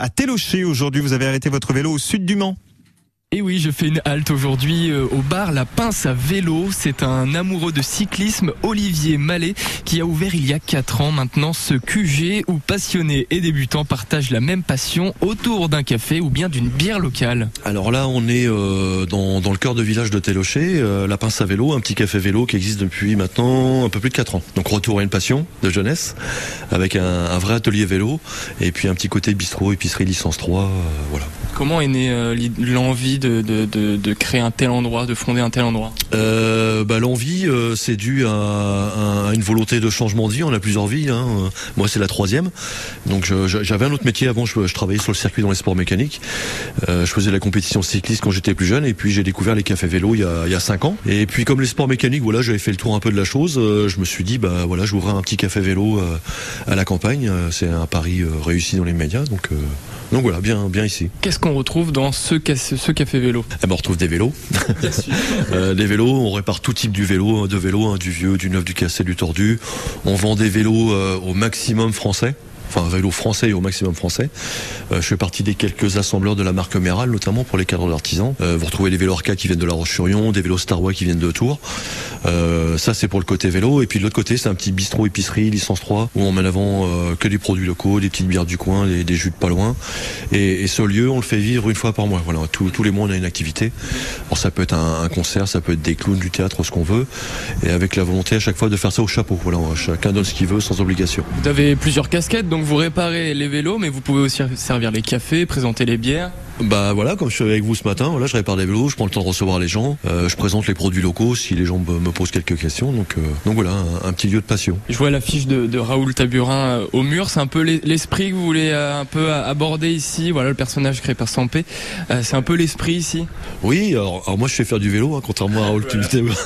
à Télocher aujourd'hui. Vous avez arrêté votre vélo au sud du Mans. Et oui, je fais une halte aujourd'hui au bar La Pince à vélo. C'est un amoureux de cyclisme, Olivier Mallet, qui a ouvert il y a 4 ans maintenant ce QG où passionnés et débutants partagent la même passion autour d'un café ou bien d'une bière locale. Alors là, on est dans le cœur de village de Télocher, La Pince à vélo, un petit café vélo qui existe depuis maintenant un peu plus de 4 ans. Donc retour à une passion de jeunesse, avec un vrai atelier vélo, et puis un petit côté bistrot, épicerie, licence 3, voilà. Comment est née l'envie de créer un tel endroit, de fonder un tel endroit? L'envie, c'est dû à une volonté de changement de vie. On a plusieurs vies, hein. Moi, c'est la 3e. Donc, j'avais un autre métier avant. Je travaillais sur le circuit dans les sports mécaniques. Je faisais la compétition cycliste quand j'étais plus jeune. Et puis, j'ai découvert les cafés vélos il y a 5 ans. Et puis, comme les sports mécaniques, voilà, j'avais fait le tour un peu de la chose. Je me suis dit, j'ouvrais un petit café vélo à la campagne. C'est un pari réussi dans les médias. Donc voilà, bien ici. Qu'est-ce qu'on retrouve dans ce café vélo? On retrouve des vélos. Bien sûr. Des vélos, on répare tout type de vélo, du vieux, du neuf, du cassé, du tordu. On vend des vélos au maximum français. Enfin, un vélo français et au maximum français. Je fais partie des quelques assembleurs de la marque Méral, notamment pour les cadres d'artisans. Vous retrouvez des vélos Arca qui viennent de La Roche-sur-Yon, des vélos Starway qui viennent de Tours. Ça, c'est pour le côté vélo. Et puis de l'autre côté, c'est un petit bistrot épicerie, licence 3, où on met en avant que des produits locaux, des petites bières du coin, des jus de pas loin. Et ce lieu, on le fait vivre une fois par mois. Voilà, tous les mois, on a une activité. Alors ça peut être un concert, ça peut être des clowns, du théâtre, ce qu'on veut. Et avec la volonté à chaque fois de faire ça au chapeau. Voilà, chacun donne ce qu'il veut, sans obligation. Vous avez plusieurs casquettes, donc vous réparez les vélos, mais vous pouvez aussi servir les cafés, présenter les bières. Voilà, comme je suis avec vous ce matin, voilà, je répare des vélos, je prends le temps de recevoir les gens, je présente les produits locaux si les gens me posent quelques questions. Donc voilà, un petit lieu de passion. Je vois l'affiche de Raoul Taburin au mur. C'est un peu l'esprit que vous voulez un peu aborder ici. Voilà, le personnage créé par Sampé. C'est un peu l'esprit ici. Oui, alors moi je fais faire du vélo, hein, contrairement à Raoul Taburin.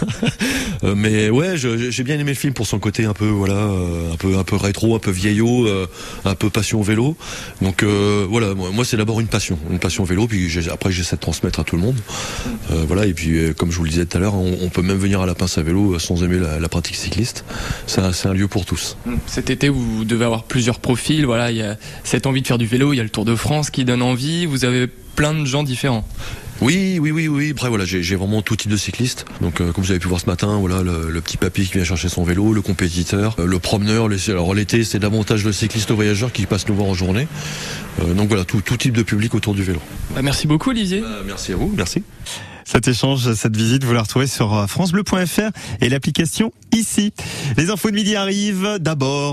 Mais ouais, j'ai bien aimé le film pour son côté un peu un peu rétro, un peu vieillot, un peu passion vélo. Donc voilà, moi c'est d'abord une passion vélo, puis après j'essaie de transmettre à tout le monde. Voilà, et puis comme je vous le disais tout à l'heure, on peut même venir à La Pince à vélo sans aimer la pratique cycliste. C'est un lieu pour tous. Cet été, vous devez avoir plusieurs profils. Voilà, il y a cette envie de faire du vélo, il y a le Tour de France qui donne envie. Vous avez plein de gens différents. Oui. Après voilà, j'ai vraiment tout type de cycliste. Donc comme vous avez pu voir ce matin, voilà, le petit papy qui vient chercher son vélo, le compétiteur, le promeneur. Alors l'été, c'est davantage le cycliste voyageur qui passe nous voir en journée. Donc voilà, tout type de public autour du vélo. Merci beaucoup Olivier. Merci à vous, merci. Cet échange, cette visite, vous la retrouvez sur francebleu.fr et l'application ici. Les infos de midi arrivent d'abord.